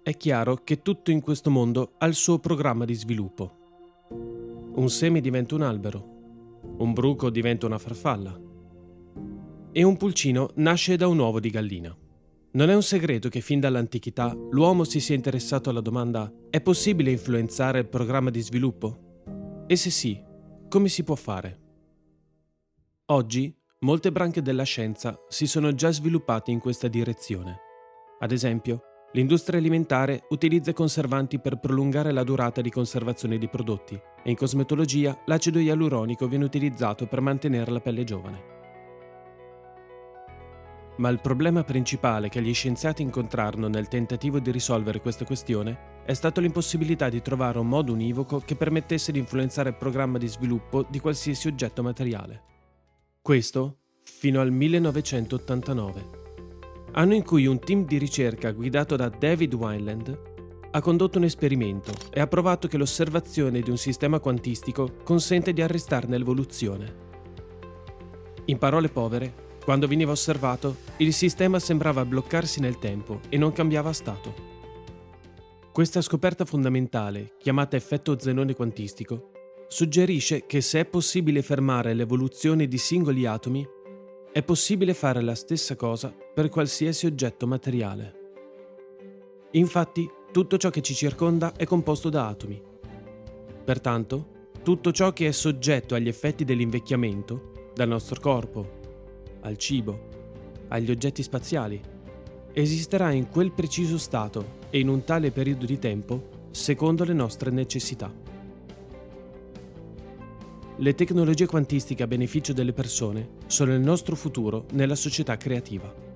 è chiaro che tutto in questo mondo ha il suo programma di sviluppo. Un seme diventa un albero, un bruco diventa una farfalla e un pulcino nasce da un uovo di gallina. Non è un segreto che fin dall'antichità l'uomo si sia interessato alla domanda: è possibile influenzare il programma di sviluppo? E se sì, come si può fare? Oggi molte branche della scienza si sono già sviluppate in questa direzione. Ad esempio, l'industria alimentare utilizza conservanti per prolungare la durata di conservazione di prodotti e in cosmetologia l'acido ialuronico viene utilizzato per mantenere la pelle giovane. Ma il problema principale che gli scienziati incontrarono nel tentativo di risolvere questa questione è stato l'impossibilità di trovare un modo univoco che permettesse di influenzare il programma di sviluppo di qualsiasi oggetto materiale. Questo fino al 1989, anno in cui un team di ricerca guidato da David Wineland ha condotto un esperimento e ha provato che l'osservazione di un sistema quantistico consente di arrestarne l'evoluzione. In parole povere, quando veniva osservato, il sistema sembrava bloccarsi nel tempo e non cambiava stato. Questa scoperta fondamentale, chiamata effetto zenone quantistico, suggerisce che se è possibile fermare l'evoluzione di singoli atomi, è possibile fare la stessa cosa per qualsiasi oggetto materiale. Infatti, tutto ciò che ci circonda è composto da atomi. Pertanto, tutto ciò che è soggetto agli effetti dell'invecchiamento, dal nostro corpo, al cibo, agli oggetti spaziali, esisterà in quel preciso stato e in un tale periodo di tempo secondo le nostre necessità. Le tecnologie quantistiche a beneficio delle persone sono il nostro futuro nella società creativa.